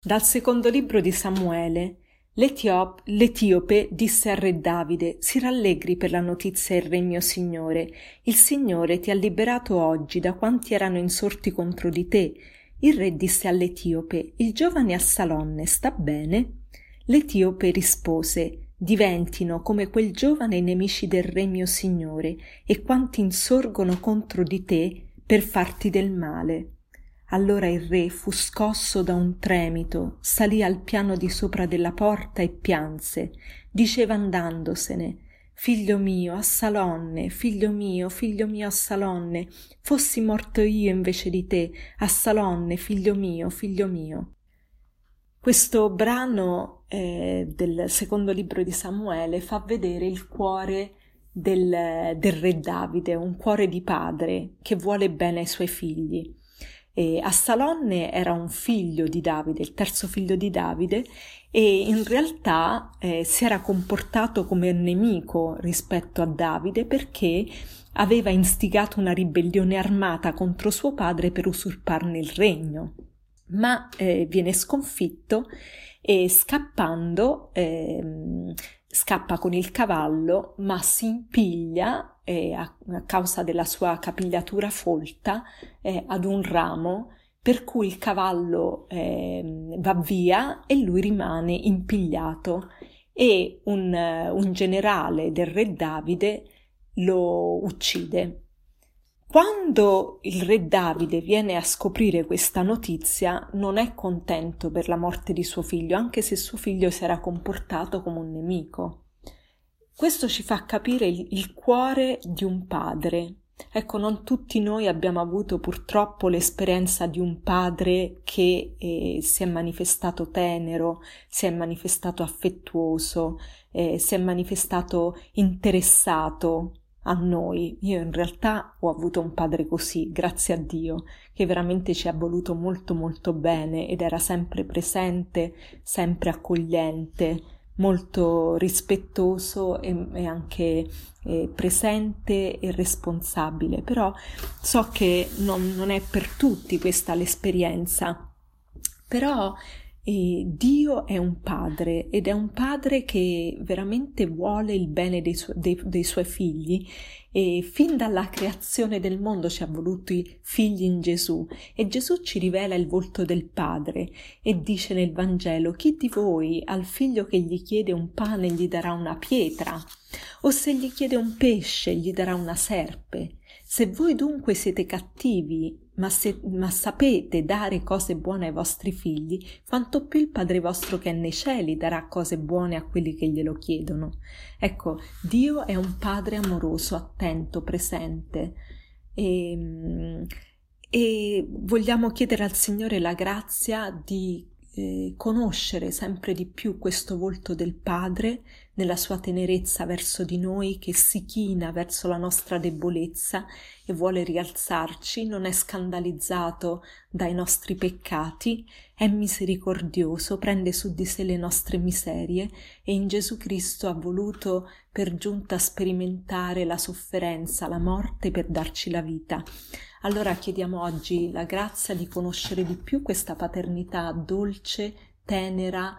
Dal secondo libro di Samuele. L'Etiope disse al re Davide: si rallegri per la notizia il re mio signore. Il Signore ti ha liberato oggi da quanti erano insorti contro di te. Il re disse all'Etiope: il giovane Assalonne sta bene? L'Etiope rispose: diventino come quel giovane i nemici del re mio signore e quanti insorgono contro di te per farti del male. Allora il re fu scosso da un tremito, salì al piano di sopra della porta e pianse. Diceva andandosene: figlio mio Assalonne, figlio mio Assalonne, fossi morto io invece di te, Assalonne, figlio mio, figlio mio. Questo brano del secondo libro di Samuele fa vedere il cuore del re Davide, un cuore di padre che vuole bene ai suoi figli. Assalonne era un figlio di Davide, il terzo figlio di Davide, e in realtà si era comportato come un nemico rispetto a Davide perché aveva instigato una ribellione armata contro suo padre per usurparne il regno. Ma viene sconfitto e scappando scappa con il cavallo, ma si impiglia a causa della sua capigliatura folta ad un ramo, per cui il cavallo va via e lui rimane impigliato, e un generale del re Davide lo uccide. Quando il re Davide viene a scoprire questa notizia, non è contento per la morte di suo figlio, anche se suo figlio si era comportato come un nemico. Questo ci fa capire il cuore di un padre. Ecco, non tutti noi abbiamo avuto purtroppo l'esperienza di un padre che si è manifestato tenero, si è manifestato affettuoso, si è manifestato interessato a noi. Io in realtà ho avuto un padre così, grazie a Dio, che veramente ci ha voluto molto molto bene ed era sempre presente, sempre accogliente, molto rispettoso e anche presente e responsabile. Però so che non è per tutti questa l'esperienza, però Dio è un padre ed è un padre che veramente vuole il bene dei suoi figli, e fin dalla creazione del mondo ci ha voluti figli in Gesù, e Gesù ci rivela il volto del padre e dice nel Vangelo: chi di voi al figlio che gli chiede un pane gli darà una pietra, o se gli chiede un pesce gli darà una serpe? Se voi dunque siete cattivi, ma sapete dare cose buone ai vostri figli, quanto più il Padre vostro che è nei cieli darà cose buone a quelli che glielo chiedono. Ecco, Dio è un Padre amoroso, attento, presente, e vogliamo chiedere al Signore la grazia di conoscere sempre di più questo volto del Padre nella sua tenerezza verso di noi, che si china verso la nostra debolezza e vuole rialzarci, non è scandalizzato dai nostri peccati, è misericordioso, prende su di sé le nostre miserie, e in Gesù Cristo ha voluto per giunta sperimentare la sofferenza, la morte per darci la vita. Allora chiediamo oggi la grazia di conoscere di più questa paternità dolce, tenera,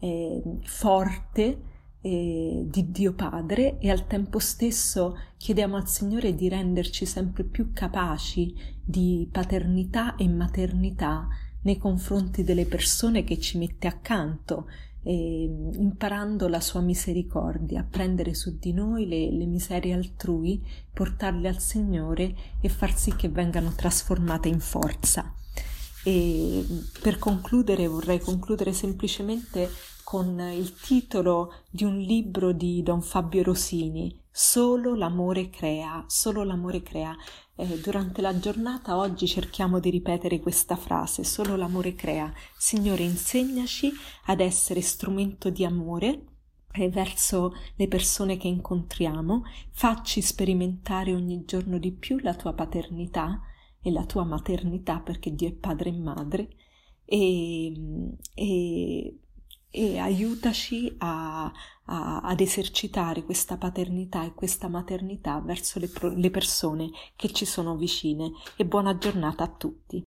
forte, di Dio Padre, e al tempo stesso chiediamo al Signore di renderci sempre più capaci di paternità e maternità nei confronti delle persone che ci mette accanto, imparando la sua misericordia, a prendere su di noi le miserie altrui, portarle al Signore e far sì che vengano trasformate in forza. E per concludere vorrei concludere semplicemente con il titolo di un libro di Don Fabio Rosini: Solo l'amore crea, solo l'amore crea. Durante la giornata oggi cerchiamo di ripetere questa frase: solo l'amore crea. Signore, insegnaci ad essere strumento di amore verso le persone che incontriamo, facci sperimentare ogni giorno di più la tua paternità e la tua maternità, perché Dio è padre e madre, e aiutaci ad esercitare questa paternità e questa maternità verso le persone che ci sono vicine. E buona giornata a tutti.